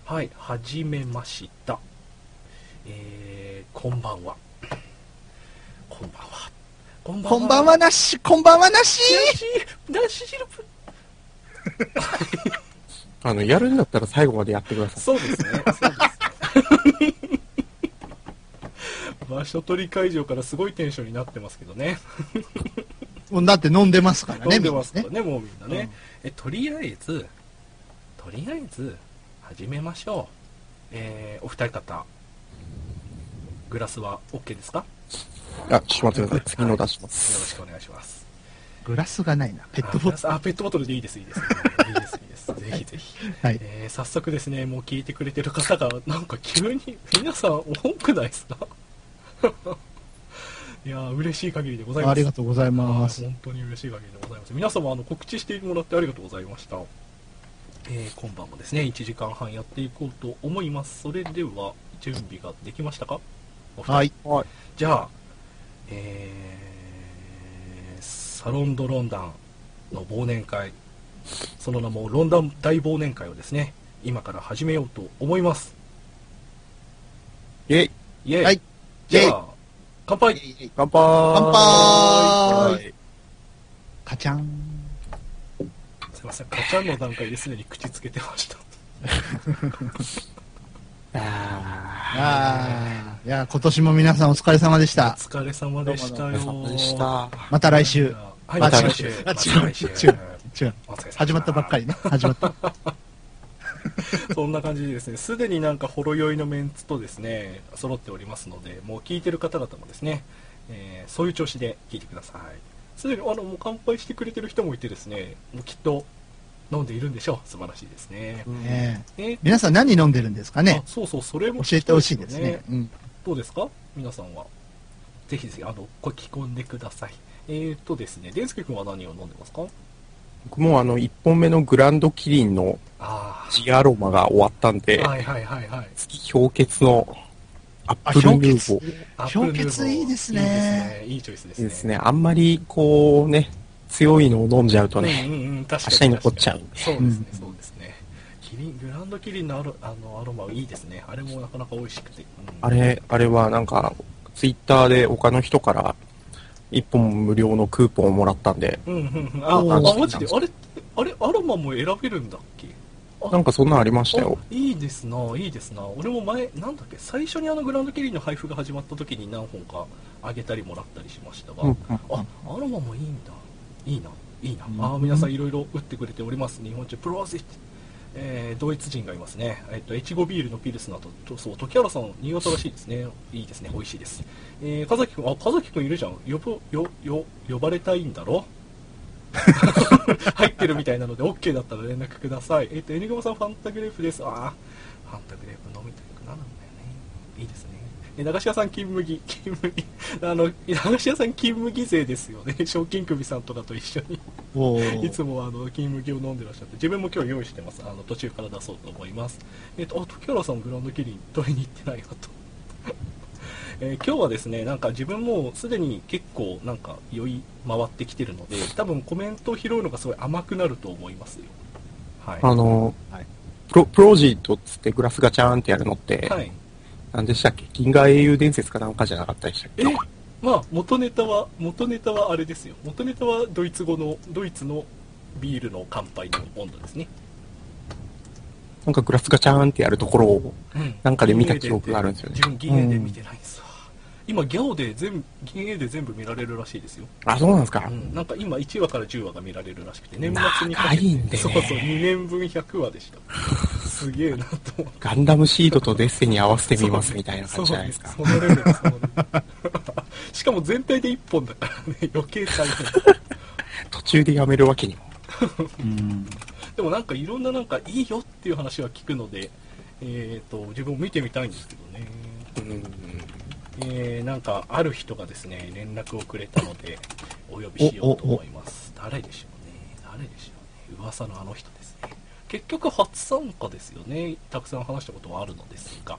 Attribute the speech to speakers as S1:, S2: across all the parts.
S1: はい、はじめました。こんばんは。こんばんは。
S2: こんばんはなし、こんばんはなし
S1: なしシルプ。
S3: やるんだったら最後までやってください。
S1: そうですね。そうですね。場所取り会場からすごいテンションになってますけどね。
S2: だって飲んでますからね。
S1: 飲んでますからね、もうみんなね。とりあえず、始めましょう。お二方、グラスは OK ですか？
S3: あ、ちょっと待ってください。次の出します。
S1: よろしくお願いします。
S2: グラスがないな。ペットボトル。
S1: ペットボトルでいいです、いいです。いいです、いいです。ぜひぜひ。
S2: はい。
S1: 早速ですね、もう聞いてくれてる方が、なんか急に、皆さん多くないですか？いやー、嬉しい限りでございます。
S2: ありがとうございます。
S1: 本当に嬉しい限りでございます。皆様、告知してもらってありがとうございました。今晩もですね、1時間半やっていこうと思います。それでは、準備ができましたか？
S2: はい。
S1: じゃあ、サロンドロンダンの忘年会、その名もロンダン大忘年会をですね、今から始めようと思います。
S3: イェイ。
S1: イェイ。
S2: はい。
S1: じゃあ、乾杯。
S3: 乾杯。
S2: 乾杯。カチャン。
S1: すいません、カチャンの段階ですでに口つけてました。
S2: いや、今年も皆さんお疲れ様でした。
S1: お疲れ様でしたよ。
S2: また来週。
S1: はい、また来週。
S2: 違う。始まったばっかりね。始まった。
S1: そんな感じでですね、すでになんかほろ酔いのメンツとですね、揃っておりますので、もう聞いてる方々もですね、そういう調子で聞いてください。すでにもう乾杯してくれてる人もいてですね、もうきっと飲んでいるんでしょう。素晴らしいですね。
S2: 皆さん何飲んでるんですかね？
S1: そう、それも
S2: 教えてほしいですね。
S1: どうですか皆さんは。ぜひぜひ、声聞こんでください。ですね、デンスケ君は何を飲んでますか？
S3: 僕も1本目のグランドキリンのジアロマが終わったんで、次氷結のアップルヌーボー。
S2: 氷結いいですね。
S1: いいチョイスですね。
S3: いいですね。あんまりこうね、強いのを飲んじゃうとね、明日に残っちゃうんで。
S1: そうですね、そうですね。グランドキリンのアロマいいですね。あれもなかなか美味しくて。
S3: あれはなんか、ツイッターで他の人から1本無料のクーポンをもらったんで。
S1: マジであれ、アロマも選べるんだっけ？
S3: なんかそんなんありましたよ。
S1: いいですな。俺も前、なんだっけ、最初にグランドキリンの配布が始まった時に何本かあげたりもらったりしましたが、アロマもいいんだ。いいな。皆さんいろいろ打ってくれております。日本中プロワーズドイツ人がいますね。越後ビールのピルスナと、そう、時原さん、新潟らしいですね。いいですね。美味しいです。かざきくん、いるじゃん。呼ばれたいんだろ？入ってるみたいなので OK だったら連絡ください。エニグマさんファンタグレープです。ファンタグレープ飲みたくなるんだよね。いいですね。流し屋さん金麦流し屋さん金麦勢ですよね。賞金首さんとかと一緒にいつも金麦を飲んでらっしゃって、自分も今日用意してます。途中から出そうと思います。時原さんグランドキリン取りに行ってないかと。今日はですね、なんか自分もすでに結構なんか酔い回ってきてるので、多分コメントを拾うのがすごい甘くなると思いますよ。
S3: はい。プロジートっつってグラスガチャーンってやるのって、はい、何でしたっけ？銀河英雄伝説かなんかじゃなかったでしたっけ？
S1: まあ元ネタはあれですよ。元ネタはドイツのビールの乾杯の温度ですね。
S3: なんかグラスガチャーンってやるところをなんかで見た記憶があるんですよね。
S1: 自分銀英で見てないんですわ。今銀英で全部見られるらしいですよ。
S3: あ、そうなんですか。
S1: なんか今1話から10話が見られるらしくて、年末に
S3: 長いんでね。
S1: そう2年分100話でした。すげえなと思って。
S3: ガンダムシードとデッセに合わせてみますみたいな感じじゃないですか。
S1: そのレベルしかも全体で1本だからね、余計大変。
S3: 途中でやめるわけにも。
S1: でもなんかいろんななんかいいよっていう話は聞くので、自分も見てみたいんですけどね。なんかある人がですね、連絡をくれたのでお呼びしようと思います。誰でしょうね。噂のあの人ですね。結局初参加ですよね。たくさん話したことはあるのですが。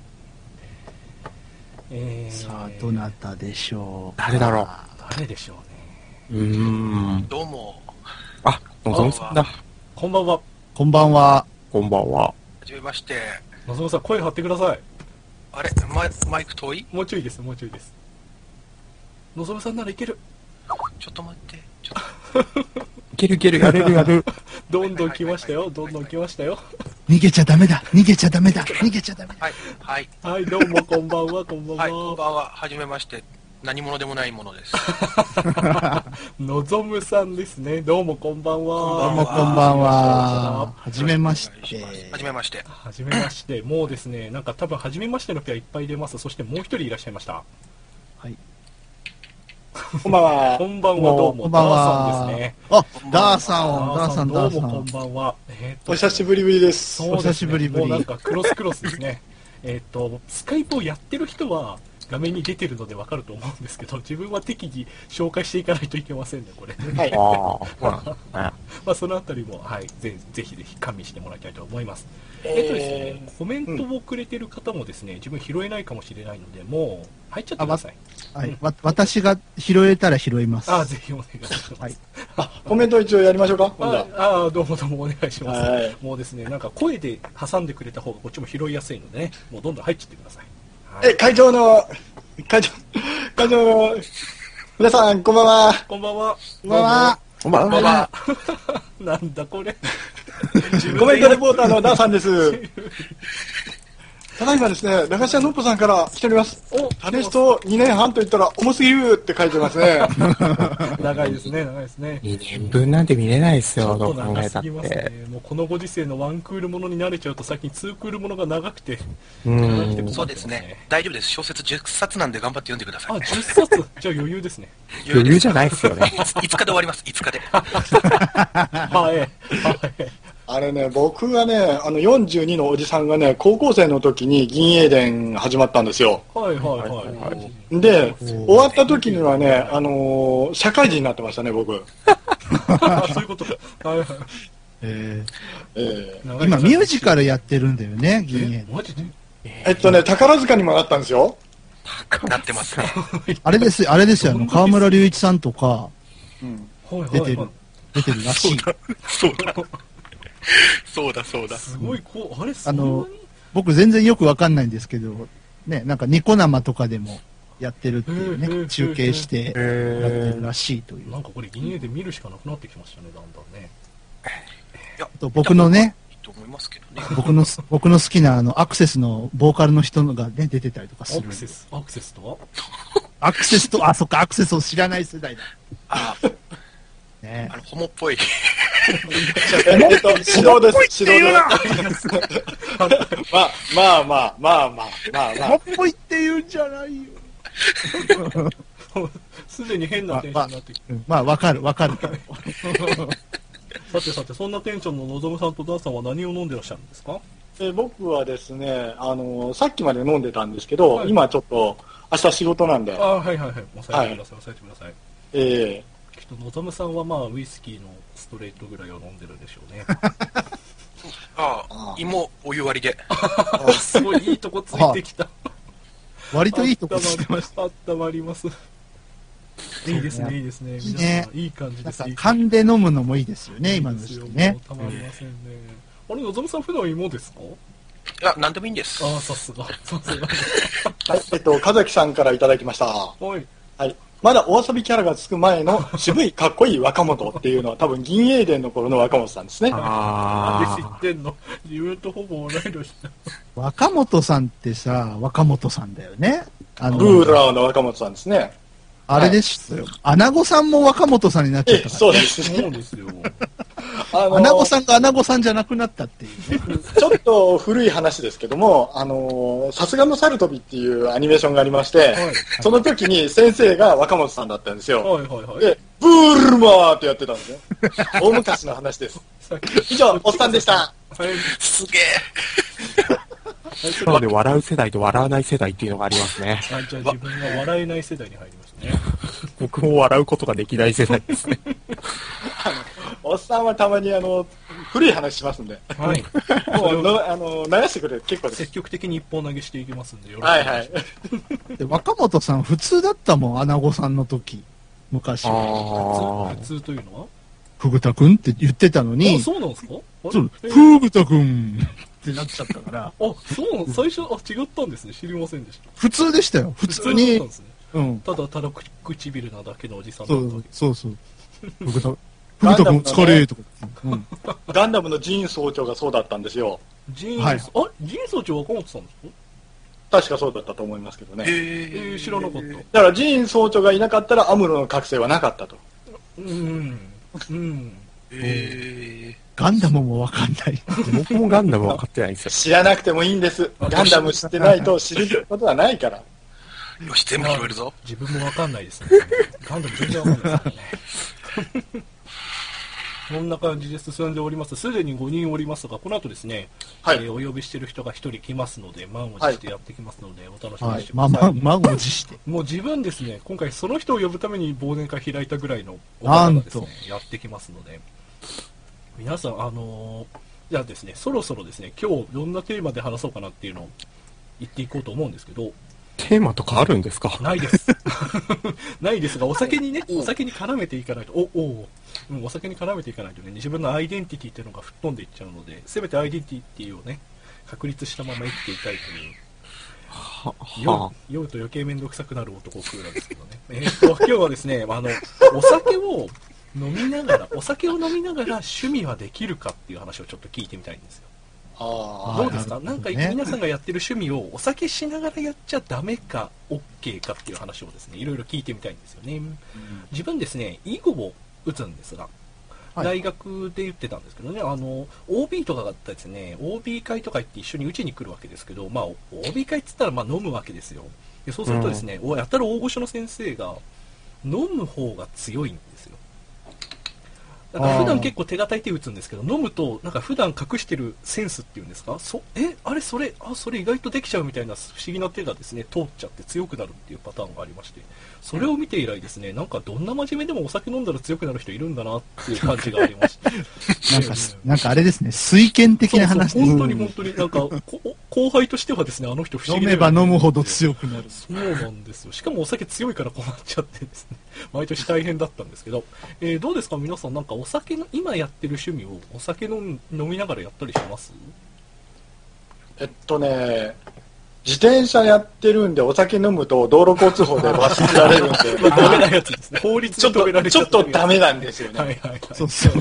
S2: さあどなたでしょう？
S3: 誰だろう？
S1: 誰でしょうね。
S4: どうも。
S3: のぞみさんだ。
S1: こんばんは。
S2: こんばんは。
S3: こんばんは。
S4: はじめまして。
S1: のぞむさん、声張ってください。
S4: あれ、マイク遠い？
S1: もうちょいです、もうちょいです。のぞむさんならいける。
S4: ちょっと待って、
S3: いける、やれる。
S1: どんどん来ましたよ、どんどん来ましたよ。
S2: 逃げちゃダメだ。逃げちゃダメだ。
S4: はい。
S1: はい、どうもこんばんは、こんばんは。
S4: はい、こんばんは。はじめまして。何者でもないものです。
S1: のぞむさんですね。どうもこんばんは。
S2: どうもこんばんは。はじめまして。
S4: はじめまして。
S1: はじめまして。もうですね、なんか多分はじめましての人はいっぱい出ます。そしてもう一人いらっしゃいました。
S2: はい。
S1: こんばんは。こんばんは、どうも。
S2: こんばんは。
S1: ダーさんですね。
S2: あ、ダーさん。
S1: どうもこんばんは。
S5: お久しぶりです。
S1: お久しぶり。もうなんかクロスですね。スカイプをやってる人は、画面に出てるので分かると思うんですけど、自分は適宜紹介していかないといけませんね、これ。はい。まあそのあたりも、はい、ぜひ加味してもらいたいと思います。ですね、コメントをくれてる方もですね、自分拾えないかもしれないので、もう入っちゃってください。
S2: はい、私が拾えたら拾います。
S1: ぜひお願いします。はい。
S5: コメント一応やりましょうか。
S1: どうもお願いします。もうですね、なんか声で挟んでくれた方がこっちも拾いやすいのでね、もうどんどん入っちゃってください。
S5: 会場の皆さん、こんばんは。
S1: こんばんは。
S2: こんばんは。
S3: こんばんは。
S1: なんだこれ。
S5: コメントレポーターのダーさんです。ただいまですね、駄菓子屋のっぽさんから来ております。タネスト2年半と言ったら重すぎるって書いてますね。
S1: 長いですね。
S3: 2年分なんて見れないですよ、どう考えたって。
S1: もうこのご時世のワンクールものに慣れちゃうと最近2クールものが長くて。
S4: そうですね。大丈夫です。小説10冊なんで頑張って読んでください。
S1: 10冊じゃあ余裕ですね。
S3: 余裕じゃないですよね。
S4: 5日で終わります、5日で。
S1: はい。
S5: あれね、僕がね、42のおじさんがね、高校生の時に銀英伝始まったんですよ。で、終わった時にはね、社会人になってましたね、僕。
S1: そういうことか。
S2: 今、ミュージカルやってるんだよね、銀英伝。
S1: マジで？
S5: 宝塚にもなったんですよ。
S4: なってますね。
S2: あれですよ、河村隆一さんとか、出てるらしい。
S4: そうだ。
S1: すごい、あれそんなに？
S2: 僕全然よくわかんないんですけど、ね、なんかニコ生とかでもやってるっていうね、中継してやってるらしいという。
S1: なんかこれ銀英で見るしかなくなってきましたね、だんだんね。
S2: 僕のね、
S4: 僕の
S2: 好きなアクセスのボーカルの人がね、出てたりとかする。
S1: アクセスとは？
S2: そっか、アクセスを知らない世代だ。
S4: ね、ホモっぽい。
S5: 指導です。まあ。
S2: ホモっぽいって言うんじゃないよ。
S1: すでに変なテンションになってきて。
S2: まあ、わかる。
S1: さて、そんなテンションののぞむさんとダーさんは何を飲んでらっしゃるんですか？
S5: 僕はですね、さっきまで飲んでたんですけど、今ちょっと、明日仕事なんで。
S1: はい。抑えてください。のぞむさんはまあウイスキーのストレートぐらいを飲んでるんでしょうね。
S4: 芋お湯割りで。
S1: すごいいいとこついてきた。
S2: 割といいとこついてました。
S1: 温まります。いいですね。皆さんいい感じです。
S2: 缶で飲むのもいいですよね、今の時期ね。
S1: たまりませんね。あれ、のぞむさん普段芋ですか？
S4: いや、なんでもいいんです。
S1: さすが。
S5: 神崎さんからいただきました。はい。まだお遊びキャラがつく前の渋いかっこいい若本っていうのは多分銀英伝の頃の若本さんですね。
S1: 知ってんの？自分とほぼ同い年だ。
S2: 若本さんってさ、若本さんだよね。
S5: ルーラーの若本さんですね。
S2: あれですよ。アナゴさんも若本さんになっちゃったから。
S5: そうですね。
S1: そうですよ。
S2: アナゴさんがアナゴさんじゃなくなったっていうね。
S5: ちょっと古い話ですけども、さすがのサルトビっていうアニメーションがありまして、その時に先生が若本さんだったんですよ。で、ブールマーってやってたんですね。大昔の話です。以上、おっさんでした。
S4: すげえ。
S3: なので、笑う世代と笑わない世代っていうのがありますね。
S1: じゃあ自分が笑えない世代に入りましたね。
S3: 僕も笑うことができない世代ですね。
S5: おっさんはたまに古い話しますんで、もう流してくれ結構です。
S1: 積極的に一本投げしていきますんでよ
S5: ろしくお願いします。
S2: で若本さん普通だったもん、アナゴさんの時昔。
S1: 普通というのは？
S2: フグタくんって言ってたのに。
S1: そうなんですか？
S2: フグタくん。 ってなっちゃったから。
S1: 最初、違ったんですね。知りませんでした。
S2: 普通でしたよ。普通に。
S1: ただ唇なだけのおじさんだったわけ。
S2: そう。ガンダム疲れとか。
S5: ガンダムのジーン総長がそうだったんですよ。
S1: ジーン総長若松さんですか？
S5: 確かそうだったと思いますけどね。
S1: 知らなかった。だ
S5: からジーン総長がいなかったらアムロの覚醒はなかったと。
S2: ガンダムもわかんない。
S3: 僕もガンダム分かってないんですよ。
S5: 知らなくてもいいんです。ガンダム知ってないと知ることはないから。
S4: よし、全部拾えるぞ。
S1: 自分もわかんないですね。ガンダム全然わかんないですね。こんな感じで進んでおります。すでに5人おりますが、この後ですね、お呼びしている人が1人来ますので、満を持してやってきますので、お楽しみにしてください。
S2: 満を持して。
S1: もう自分ですね、今回その人を呼ぶために忘年会開いたぐらいのお方がですね、やってきますので、皆さん、じゃあですね、そろそろですね、今日どんなテーマで話そうかなっていうのを言っていこうと思うんですけど、
S3: テーマとかあるんですか？
S1: ないです。ないですが、お酒に絡めていかないと、お酒に絡めていかないとね、自分のアイデンティティっていうのが吹っ飛んでいっちゃうので、せめてアイデンティティをね、確立したまま生きていたいという、酔うと余計面倒くさくなる男クーラーですけどね。今日はですね、お酒を飲みながら趣味はできるかっていう話をちょっと聞いてみたいんですよ。どうですか？なんか皆さんがやってる趣味をお酒しながらやっちゃダメか OK かっていう話をですね、いろいろ聞いてみたいんですよね。自分ですね、囲碁を打つんですが、大学で言ってたんですけどね、OB とかがあったですね、OB 会とか行って一緒に打ちに来るわけですけど、OB 会って言ったら飲むわけですよ。でそうするとですね、やたら大御所の先生が飲む方が強いんですよ。だから普段結構手堅い手打つんですけど、飲むとなんか普段隠してるセンスっていうんですか、それ意外とできちゃうみたいな不思議な手がですね通っちゃって強くなるっていうパターンがありまして、それを見て以来ですね、なんかどんな真面目でもお酒飲んだら強くなる人いるんだなっていう感じがありまして
S2: なんかあれですね、水拳的な話です。
S1: 本当になんか後輩としてはですね、あの人不思議
S2: 飲めば飲むほど強くなる。
S1: そうなんですよ。しかもお酒強いから困っちゃってですね、毎年大変だったんですけど、どうですか皆さん、なんかお酒の今やってる趣味をお酒飲みながらやったりします？
S5: 自転車やってるんで、お酒飲むと道路交通法で罰せられるんで
S1: ダメなやつですね。法律で止められちゃってる。
S5: ちょっとダメなんですよね。
S2: そうね。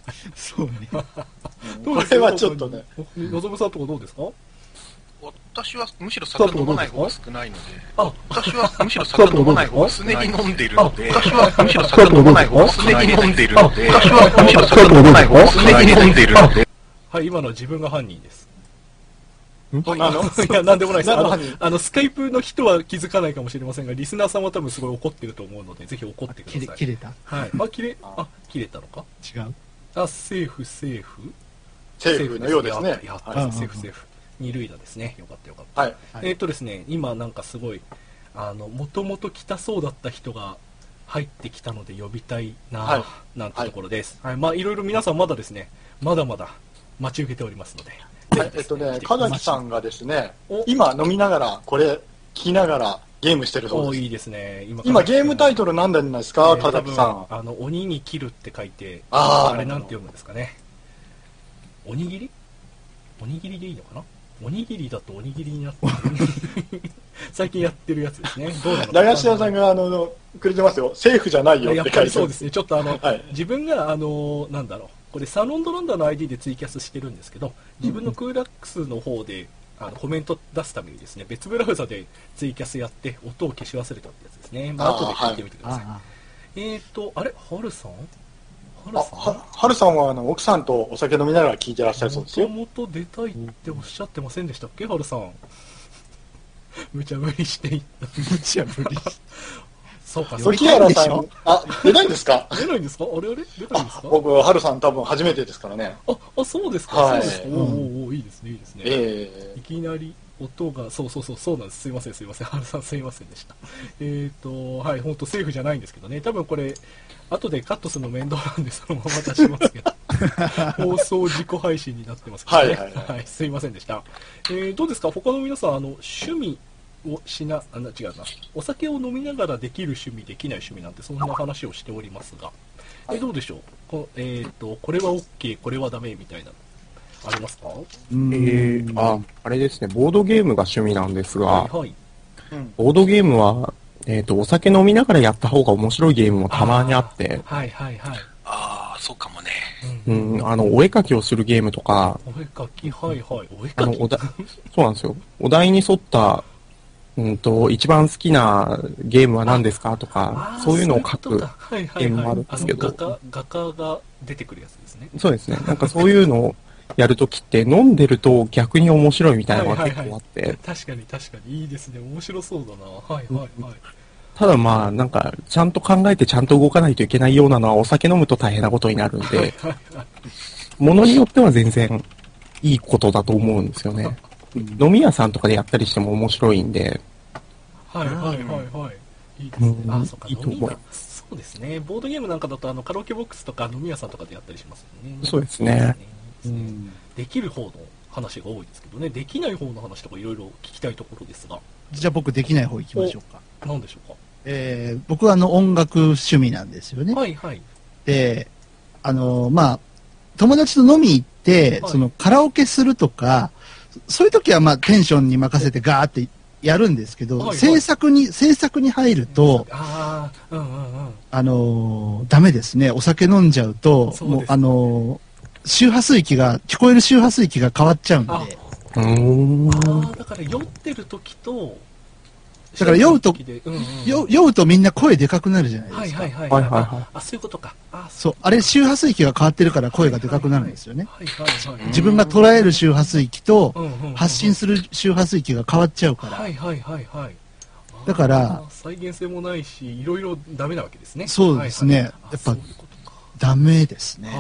S5: これはちょっとね。
S1: のぞむさんとかどうですか？
S4: 私はむしろ酒飲まない方が少ないので、私はむしろ酒飲まない方が常に飲んでいるので、私はむしろ酒飲まない方が常に飲んでいるので、私はむしろ酒飲まない方が常に飲んでいるので。
S1: はい、今のは自分が犯人です。
S5: い
S1: や、なんでもないです。スカイプの人は気づかないかもしれませんが、リスナーさんは多分すごい怒ってると思うので、ぜひ怒ってください。
S2: 切れた？
S1: はい。切れたのか？
S2: 違う。
S1: セーフ
S5: のようですね。
S1: やった、セーフ。二塁打ですね。よかった。はい。ですね、今なんかすごい、もともと来たそうだった人が入ってきたので呼びたいな、なんてところです。はい。いろいろ皆さんまだですね、まだまだ待ち受けておりますので。
S5: か崎さんがですね、今飲みながら、これ、聞きながらゲームしてるそうです。
S1: いいですね。
S5: 今ゲームタイトル何なんですか、か崎さん。
S1: 鬼に切るって書いて、あれなんて読むんですかね。おにぎりでいいのかな？おにぎりだとおにぎりになってる。最近やってるやつですね。どうなのかな？
S5: 駄菓子屋さんがくれてますよ。セーフじゃないよって書いてある。
S1: そうですね。ちょっと自分がなんだろう。これサロンドランダーの ID でツイキャスしてるんですけど、自分のクーラックスの方でコメント出すためにですね、別ブラウザでツイキャスやって音を消し忘れたってやつですね。後で聞いてみてください。あれ、はるさん
S5: はるさんは奥さんとお酒飲みながら聞いてらっしゃるそうですよ。
S1: もともと出たいっておっしゃってませんでしたっけ、はるさん。無茶ぶりしていった。
S2: 無茶ぶり。
S1: そうか、
S5: 時原さん、出ないんですか？
S1: 出ないんですか？あれ出ないんですか？
S5: 僕、はるさん多分初めてですからね。
S1: そうですか。
S5: はい。
S1: いいですね、いいですね。いきなり音が、そうなんです。すいません。はるさんすいませんでした。はい、本当セーフじゃないんですけどね。多分これ、後でカットするの面倒なんでそのまま出しますけど。放送自己配信になってますけどね。はい、すいませんでした。どうですか？他の皆さん、趣味、違うな。お酒を飲みながらできる趣味、できない趣味なんてそんな話をしておりますが、どうでしょう？これは OK、これはダメみたいな。 ありますか？
S3: あれですね、ボードゲームが趣味なんですが、はいはい、ボードゲームは、お酒飲みながらやった方が面白いゲームもたまにあって、
S1: はいはいはい。
S4: ああ、そうかもね。
S3: お絵描きをするゲームとか、
S1: お絵描き、はいはい、お絵描き
S3: そうなんですよ。お題に沿った、一番好きなゲームは何ですかとか、そういうのを書くゲームもあるんですけど。
S1: 画家が出てくるやつですね。
S3: そうですね。なんかそういうのをやるときって、飲んでると逆に面白いみたいなのが結構あって。
S1: 確かにいいですね。面白そうだな。はいはいはい。
S3: ただまあ、なんか、ちゃんと考えてちゃんと動かないといけないようなのはお酒飲むと大変なことになるんで、ものによっては全然いいことだと思うんですよね。飲み屋さんとかでやったりしても面白いんで。
S1: はいはいはいはい。いいですね。そうか、いいと思います。そうですね。ボードゲームなんかだとカラオケボックスとか飲み屋さんとかでやったりしますよね。
S3: そうですね。
S1: できる方の話が多いですけどね。できない方の話とかいろいろ聞きたいところですが。
S2: じゃあ僕できない方行きましょうか。
S1: 何でしょうか。
S2: 僕は音楽趣味なんですよね。
S1: はいはい。
S2: で、まあ、友達と飲み行って、はい、カラオケするとか、そういう時はまあテンションに任せてガーってやるんですけど、はいはい、制作に入ると、ダメですね。お酒飲んじゃうと、もう周波数域が、聞こえる周波数域が変わっちゃうんで。
S1: だから酔ってる時と、
S2: だから酔うとみんな声でかくなるじゃないですか。
S1: あ、そういうことか。
S2: そう、あれ周波数域が変わってるから声がでかくなるんですよね。自分が捉える周波数域と発信する周波数域が変わっちゃうから。だから、
S1: 再現性もないし、いろいろダメなわけですね。
S2: そうですね。やっぱ、ダメですね。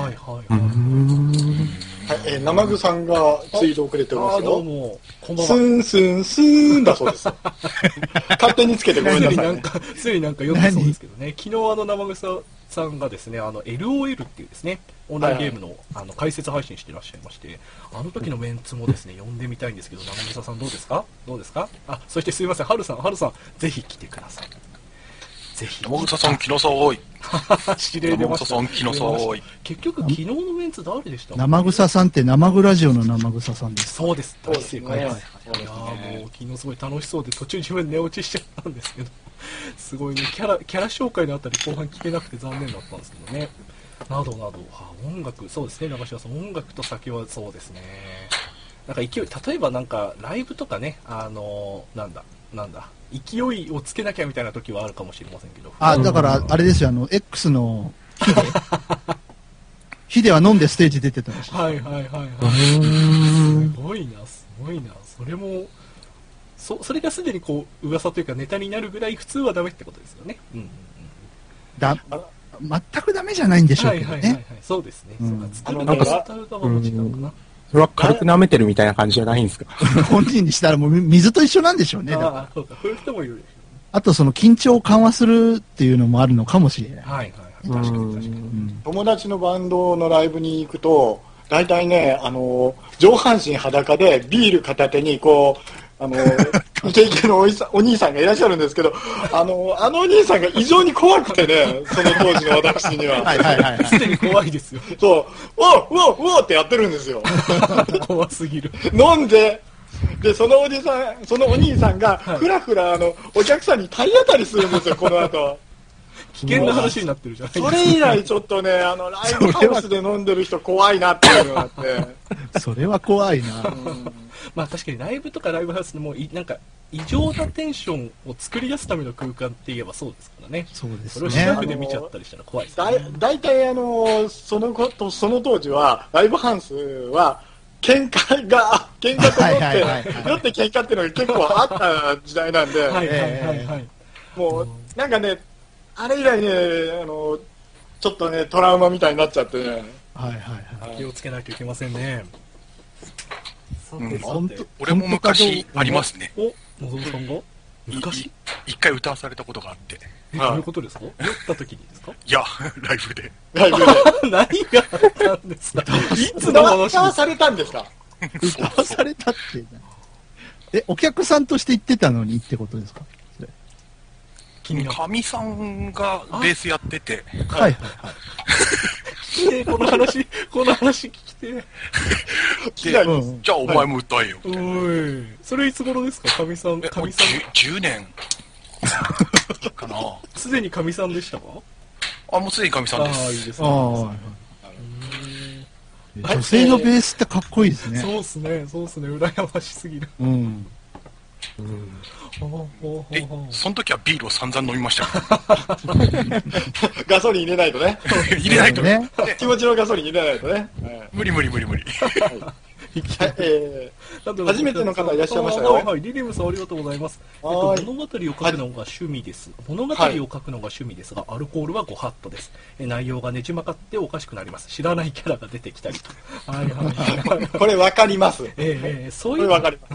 S5: 生具さんがツイートをくれてますよ。
S1: どうも、こんばんは。
S5: スンスンスーンだそうです。勝手につけてごめんなさい、ね。
S1: ついなんか読んでそうですけどね。昨日生具さんがですね、LOL っていうですね、オンラインゲームの、解説配信していらっしゃいまして、あの時のメンツもですね、読んでみたいんですけど、生具さんどうですか？そしてすいません、はるさん、ぜひ来てください。ぜひ。
S4: 生草さん来なさい。
S1: 指令出ました。
S4: 生草さん来なさい。
S1: 結局昨日のメンツ誰でした？
S2: 生草さんって生具ラジオの生草さんです。
S1: そうです。大正解です。いやもう昨日すごい楽しそうで途中自分寝落ちしちゃったんですけど、すごいねキャラ紹介のあたり後半聞けなくて残念だったんですけどね。など音楽そうですね、長嶋さん音楽と酒はそうですね。なんか例えばなんかライブとかねなんだ。勢いをつけなきゃみたいな時はあるかもしれませんけど。
S2: だからあれですよ、X のヒデは飲んでステージ出てたらしい。
S1: はい。すごいな。それもそれがすでにこう噂というかネタになるぐらい普通はダメってことですよね。
S2: 全くダメじゃないんでしょうけどね。
S1: そうですね。作る側が違うかな。
S3: それは軽く舐めてるみたいな感じじゃないんですか？
S2: 本人にしたらもう水と一緒なんでしょうね。
S1: そういう人もいるでしょうね。
S2: あと緊張を緩和するっていうのもあるのかもしれない。
S1: 確かに。
S5: 友達のバンドのライブに行くと、大体ね、上半身裸でビール片手にこう、イケイケのお兄さんがいらっしゃるんですけど、あのお兄さんが異常に怖くてね、その当時の私には。
S1: すでに怖いですよ。
S5: そう、おってやってるんですよ。
S1: 怖すぎる。
S5: 飲んで、そのお兄さんが、ふらふらお客さんに体当たりするんですよ、この後。
S1: 危険な話になってるじゃないですか。
S5: それ以来ちょっとね、ライブハウスで飲んでる人怖いなっていうのがあって。
S2: それは怖いな。
S1: まあ確かにライブとかライブハウスでもなんか異常なテンションを作り出すための空間って言えばそうですからね。
S2: そうですね。
S1: それを近くで見ちゃったりしたら怖いですね。
S5: 大体その当時はライブハウスは喧嘩と酔って喧嘩っていうのが結構あった時代なんで、もうなんかね、あれ以来ね、ちょっとねトラウマみたいになっちゃってね。
S1: 気をつけないといけませんね。
S4: 俺も昔ありますね。
S1: のぞみさんが
S4: 昔一回歌わされたことがあって。
S1: どういうことですか？酔った時にですか？
S4: いや、ライブで。
S1: 何があったんですか？いつの話？
S5: 歌わされたんですか？
S2: 歌わされたって。お客さんとして行ってたのにってことですか？
S4: かみさんがベースやってて。
S1: きて、この話聞きて。
S4: で、じゃあお前も歌えよ。
S1: おい。それいつ頃ですか、かみさん。
S4: 10年かな。
S1: すでにかみさんでしたか？
S4: あ、もうすでにかみさんです。
S1: ああ、いいですね。
S2: 女性のベースってかっこいいですね。
S1: そうっすね、羨ましすぎる。
S4: で、その時はビールを散々飲みました。
S5: ガソリン入れないとね。
S4: 入れないとね。
S5: 気持ちのガソリン入れないとね。
S4: 無理。
S5: 初めての方いらっしゃいましたよ。
S1: はい、リリムさんありがとうございます。物語を書くのが趣味です。物語を書くのが趣味ですが、アルコールはご法度です。内容がねじ曲がっておかしくなります。知らないキャラが出てきたりと。
S5: これわかります。
S1: そういう。
S5: これわかります。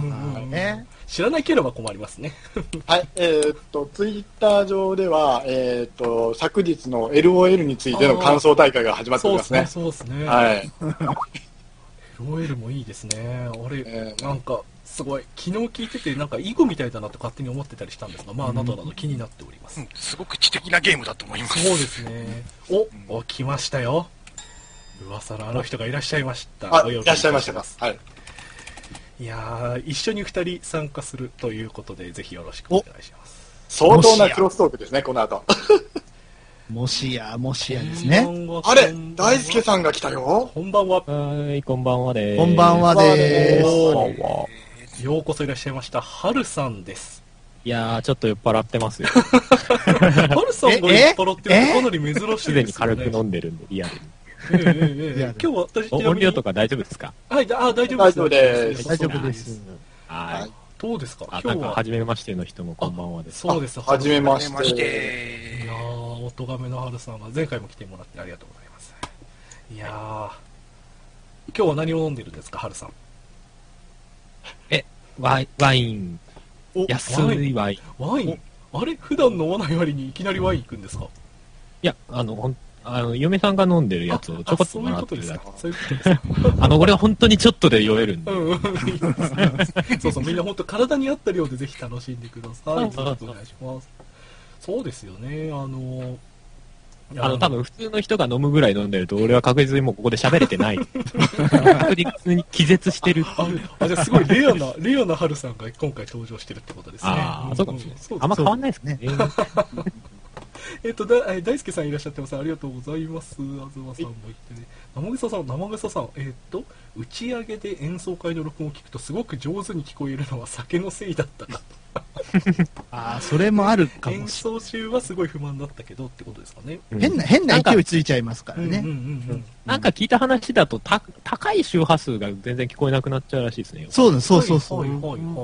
S1: 知らないキャラは困りますね。
S5: はい、ツイッター上では、昨日の LOL についての感想大会が始まっておりますね。
S1: そうですね。
S5: はい。
S1: LOL もいいですね。あれ、なんか、すごい、昨日聞いてて、なんか囲碁みたいだなって勝手に思ってたりしたんですが、まあ、などなど気になっております。
S4: すごく知的なゲームだと思います。
S1: そうですね。お、来ましたよ。噂のあの人がいらっしゃいました。
S5: いらっしゃいましたか。はい。
S1: いやー、一緒に2人参加するということで、ぜひよろしくお願いします。
S5: 相当なクロストークですね、この後。
S2: もしやですね。
S5: あれ、大輔さんが来たよ。
S1: こんばんは。
S6: はい、こんばんはでーす。
S2: こんばんはで
S1: ーす。ようこそいらっしゃいました。はるさんです。
S6: いやー、ちょっと酔っ払ってますよ。
S1: はるさんが酔っ払ってるとかなり珍しいです
S6: すでに軽く飲んでるんで、リアルに。
S1: 今日は私
S6: 音量とか大丈夫ですか？
S1: はい、大丈夫です。
S2: 大丈夫です。
S6: はい。
S1: どうですか？
S6: 今日は初めましての人もこんばんはです。
S1: そうです。
S5: 初めまして。
S1: いやー、おとがめのはるさんは前回も来てもらってありがとうございます。いやー、今日は何を飲んでるんですか、はるさん？
S6: ワイン。安いワイン。
S1: ワイン？あれ、普段飲まない割にいきなりワイン行くんですか？
S6: いや、嫁さんが飲んでるやつをちょこっともらってるだけ。
S1: そういうことですか。
S6: 俺は本当にちょっとで酔えるんで。
S1: そう、みんな本当体に合った量でぜひ楽しんでください。お願いします。そうですよね、
S6: 多分普通の人が飲むぐらい飲んでると、俺は確実にもうここで喋れてない。確実に気絶してる。
S1: じゃあすごいレアなハルさんが今回登場してるってことですね。
S6: そうかもしれない。あんま変わんないですね。
S1: 大輔さんいらっしゃってます。ありがとうございます。東さんもいてね。生草さん、打ち上げで演奏会の録音を聞くとすごく上手に聞こえるのは酒のせいだったか。
S2: それもあるかもしれない。
S1: 演奏中はすごい不満だったけどってことですかね。
S2: 変な勢いついちゃいますからね。
S6: なんか聞いた話だと、高い周波数が全然聞こえなくなっちゃうらしいですね。
S2: そう。
S1: はい。高い方が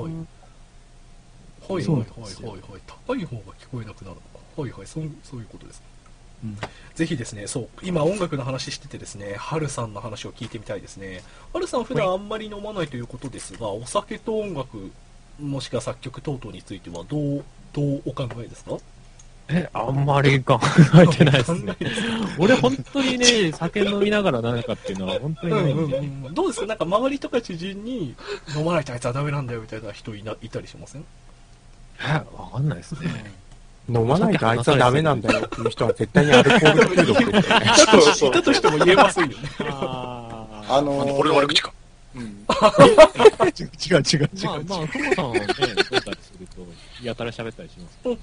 S1: 聞こえなくなるのか。はい、そういうことです。ぜひですね、今音楽の話しててですね、はるさんの話を聞いてみたいですね。はるさん普段あんまり飲まないということですが、お酒と音楽、もしくは作曲等々についてはどうお考えですか？
S6: あんまり考えてないですね。俺本当にね、酒飲みながら何かっていうのは本当にないんで。
S1: どうですか？なんか周りとか知人に飲まないとあいつはダメなんだよみたいな人いたりしません？
S6: わかんないですね。
S3: 飲まないとあいつはダメなんだよっていう人は絶対にアルコール中毒って。
S1: いたとしても言えませんよね。
S4: 俺の悪口か。
S2: 違う。
S6: まあ、ふもさんはね、そうだりすると、やたら喋ったりします。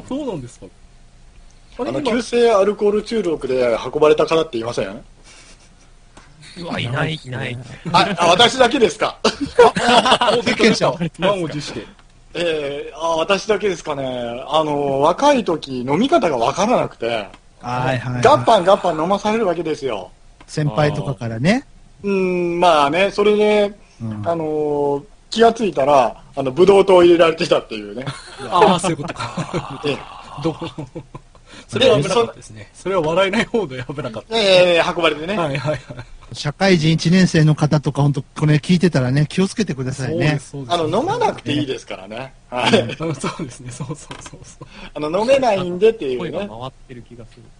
S1: そうなんですか。
S5: 急性アルコール中毒で運ばれた方っていません？
S6: いない。
S5: 私だけですか？
S1: 経験者、満を持して。
S5: 私だけですかね。若い時飲み方がわからなくて、ガッパン飲まされるわけですよ。
S2: 先輩とかからね。
S5: まあね、それで、気がついたら、ブドウ糖を入れられてたっていうね。
S1: そういうことか。それは危なかったですね。それは笑えない方で危なかった。
S5: 運ばれてね。
S2: 社会人1年生の方とか、本当これ聞いてたらね、気をつけてくださいね。
S5: 飲まなくていいですからね。
S1: そうですね、そう。
S5: 飲めないんでっていうね。
S6: 声が回ってる気がする。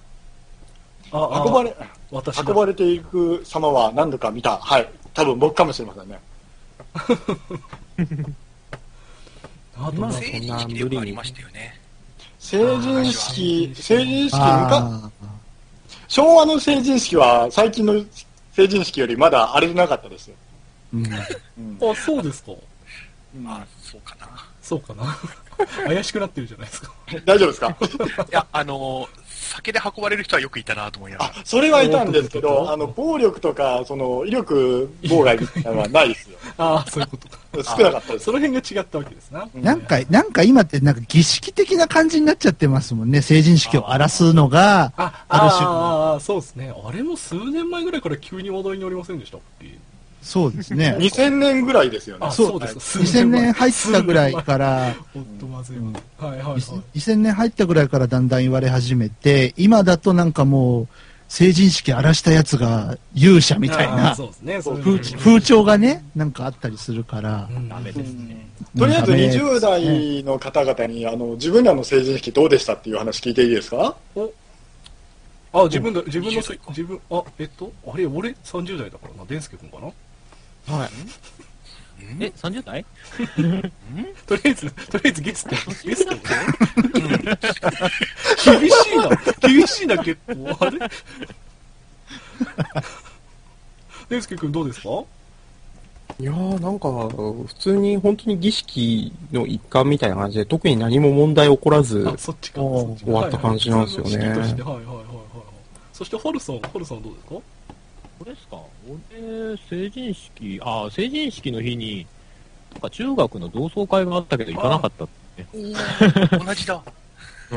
S5: 運ばれていく様は何度か見た。はい。多分僕かもしれませんね。
S4: 成人式でよくありましたよね。
S5: 成人式、 昭和の成人式は最近の成人式よりまだ荒れてなかったですよ。
S1: あ、そうですか。
S4: まあ、そうかな。
S1: そうかな。怪しくなってるじゃないですか。
S5: 大丈夫ですか？
S4: いや、酒で運ばれる人はよくいたなと思いながら。
S5: あ、それはいたんですけど、暴力とか、威力妨害みたいなのはないですよ。
S1: ああ、そういうことか。
S5: 少なかったです。
S1: その辺が違ったわけですな。
S2: なんか今って儀式的な感じになっちゃってますもんね。成人式を荒らすのが、ある種。
S1: ああ、そうですね。あれも数年前ぐらいから急に話題になりませんでしたっけ？
S2: そうですね。
S5: 2000年ぐらいですよね。
S1: そうです。
S2: 2000年入ったぐらいから、2000年入ったぐらいからだんだん言われ始めて、今だとなんかもう、成人式荒らしたやつが勇者みたいな風潮がね、なんかあったりするから。
S6: ダメですね。
S5: とりあえず20代の方々に、自分らの成人式どうでしたっていう話聞いていいですか？
S1: 自分、あれ、俺30代だからな、デンスケ君かな？
S6: はい。30代？
S1: とりあえずゲスト。厳しいな、結構。あれデンスケ君どうですか？
S3: いやー、なんか、普通に本当に儀式の一環みたいな感じで、特に何も問題起こらず、終わった感じなんですよね。
S1: そしてホルソンどうですか？
S6: これですか？俺、成人式の日に、なんか中学の同窓会があったけど行かなかったってね。
S4: 同じだ。
S1: はい。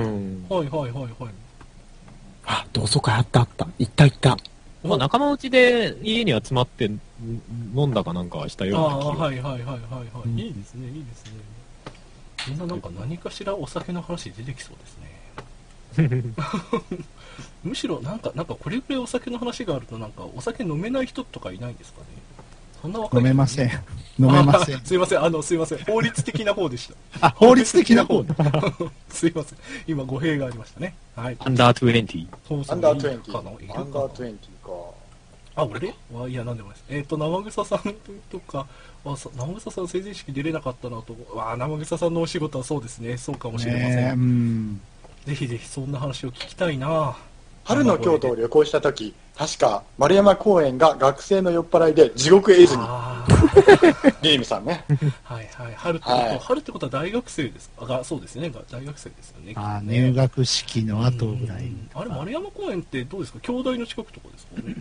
S3: あ、同窓会あった。行った。
S6: まあ仲間内で家に集まって飲んだかなんかしたような気が。
S1: はい。いいですね。みんななんか何かしらお酒の話出てきそうですね。むしろなんかこれぐらいお酒の話があるとなんかお酒飲めない人とかいないんですかね。そんな若い人
S2: 飲めません。
S1: すいません。法律的な方でした。
S2: 法律的な方。
S1: すいません。今語弊がありましたね。はい。
S6: アンダー20。
S5: アンダー20か。アンダー20か。
S1: 俺？いや、なんでもないです。生草さんとか、生草さん成人式出れなかったなと。生草さんのお仕事はそうですね。そうかもしれません。ぜひそんな話を聞きたいな。
S5: 春の京都を旅行した時、確か丸山公園が学生の酔っ払いで地獄絵図に。リリムさんね。
S1: はい。春ってことは大学生ですか？そうですね。大学生ですよね。
S2: 入学式の後ぐらい。
S1: あれ、丸山公園ってどうですか？京大の近くとかですかね？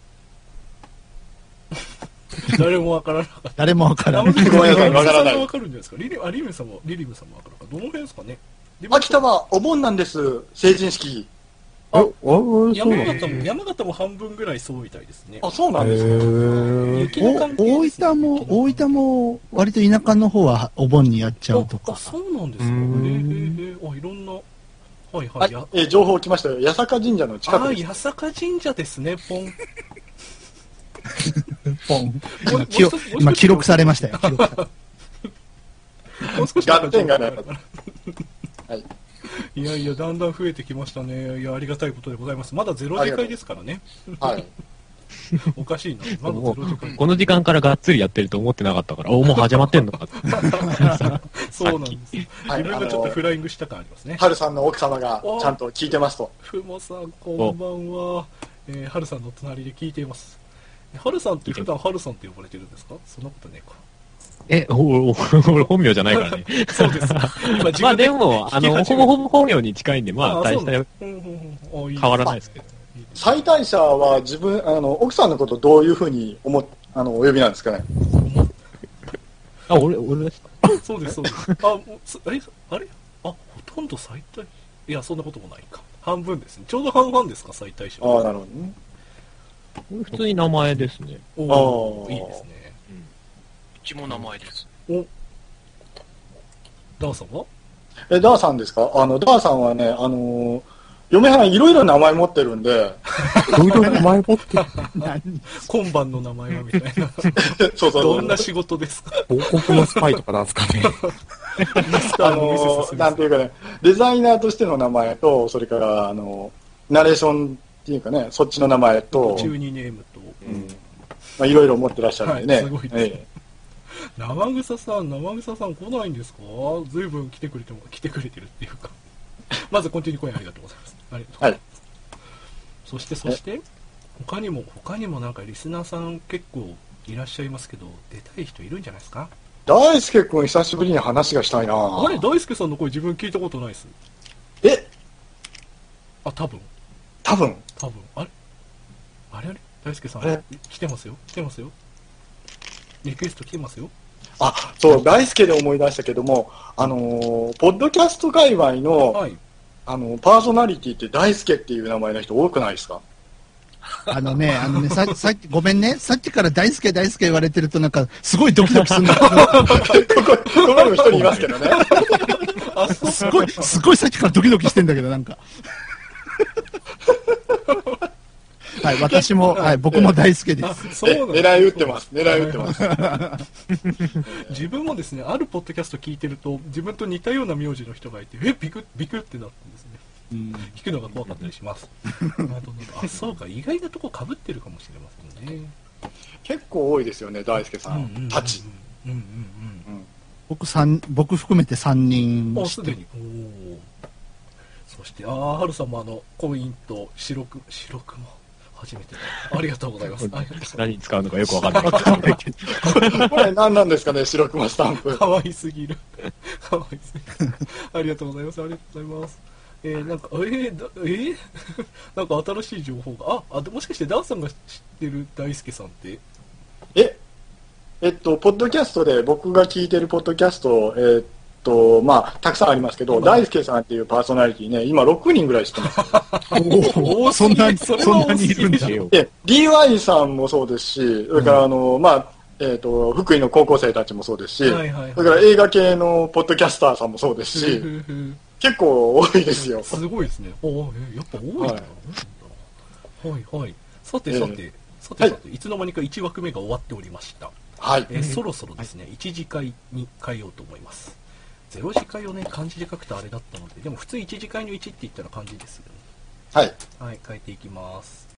S1: 誰もわからなかった。
S2: 誰もわからない。
S5: ごめんなさい、わからない。
S1: わかるんじゃないですか？リリムさんもわかるか。どの辺ですかね？
S5: 秋田はお盆なんです、成人式。
S1: 山形も半分ぐらいそうみたいですね。
S5: あ、そうなんですか。
S2: 大分も割と田舎の方はお盆にやっちゃうとか。
S1: そうなんですか。いろんな。はい。
S5: 情報来ましたよ。八坂神社の近くです。
S1: 八坂神社ですね。ポン。
S2: 今記録されましたよ。
S1: もう少し
S5: 合点がね。はい。
S1: いや、だんだん増えてきましたね。いや、ありがたいことでございます。まだ0時会ですからね。
S5: はい。
S1: おかしいな。まだ0時会。
S6: この時間からがっつりやってると思ってなかったから、もう始まってんのか。
S1: そうなんです。自分がちょっとフライングした感ありますね。
S5: 春さんの奥様がちゃんと聞いてますと。
S1: ふもさん、こんばんは。春さんの隣で聞いています。春さんって普段春さんって呼ばれてるんですか？そんなことねえか。
S6: 俺本名じゃないからね。
S1: そうです。
S6: まあでも、ほぼ本名に近いんで、まあ大して変わらないですけど。
S5: 妻帯者は奥さんのことどういうふうにお呼びなんですかね？
S6: 俺ですか？
S1: そうです。あれほとんど妻帯。いや、そんなこともないか。半分ですね。ちょうど半々ですか、妻帯者。
S5: なるほどね。
S6: 普通に名前ですね。
S1: いいですね。
S4: うちも名前です。
S1: ダーさんは？
S5: ダーさんですか？ダーさんはね、嫁はんいろいろ名前持ってるんで。
S3: いろいろ名前持ってる。
S1: 今晩の名前はみたいな。
S5: そう。
S1: どんな仕事ですか？
S3: 報告のスパイとかなんですかね。
S5: なんていうかね、デザイナーとしての名前と、それから、ナレーションっていうかね、そっちの名前と、
S1: 中二ネーム
S5: と、いろいろ持ってらっしゃるんでね。
S1: すごいですね。生草さん来ないんですか？ずいぶん来てくれてるっていうか。まずコンティニューコインありがとうございます。ありがとうございます。 そして、他にもなんかリスナーさん結構いらっしゃいますけど、出たい人いるんじゃないですか？
S5: 大輔くん久しぶりに話がしたいな。
S1: あれ、大輔さんの声自分聞いたことないです。あ、多分。あれ大輔さん、来てますよ。リクエスト来てますよ。
S5: あ、そう、大輔で思い出したけども、ポッドキャスト界隈の、はい、パーソナリティって大輔っていう名前の人多くないですか？
S2: さっき、ごめんね。さっきから大輔言われてるとなんか、すごいドキドキするんだけど。
S5: ここにも一人いますけどね。
S2: すごいさっきからドキドキしてんだけど、なんか。はい、私も、はい、僕も大輔です。
S5: 狙い撃ってます。
S1: 自分もですね、あるポッドキャスト聞いてると、自分と似たような名字の人がいて、ビクってなってんですね。聞くのが怖かったりします。あ、そうか、意外なとこ被ってるかもしれませんね。
S5: 結構多いですよね、大輔さんたち。
S2: 僕含めて3人。
S1: あ、すでに。そして、ハルさんもコインと白くも初めて。ありがとうございます。
S6: 何に使うのかよくわかんない。
S5: これ何なんですかね、白熊スタンプ。
S1: かわいすぎる。ありがとうございます。なんか、なんか新しい情報が、もしかしてダンさんが知ってる大輔さんって？
S5: ポッドキャストで、僕が聞いてるポッドキャスト、たくさんありますけど、大輔さんっていうパーソナリティね、今6人ぐらい知ってます。
S2: そんなにいるんだよ。
S5: DY さんもそうですし、それから福井の高校生たちもそうですし、それから映画系のポッドキャスターさんもそうですし、結構多いですよ。
S1: すごいですね。やっぱ多いんだ。はい。さて、いつの間にか1枠目が終わっておりました。
S5: はい。
S1: そろそろですね、1次会に変えようと思います。0次会をね、漢字で書くとあれだったので、でも普通1次会の1って言ったら漢字ですよね。
S5: はい。
S1: はい、変えていきます。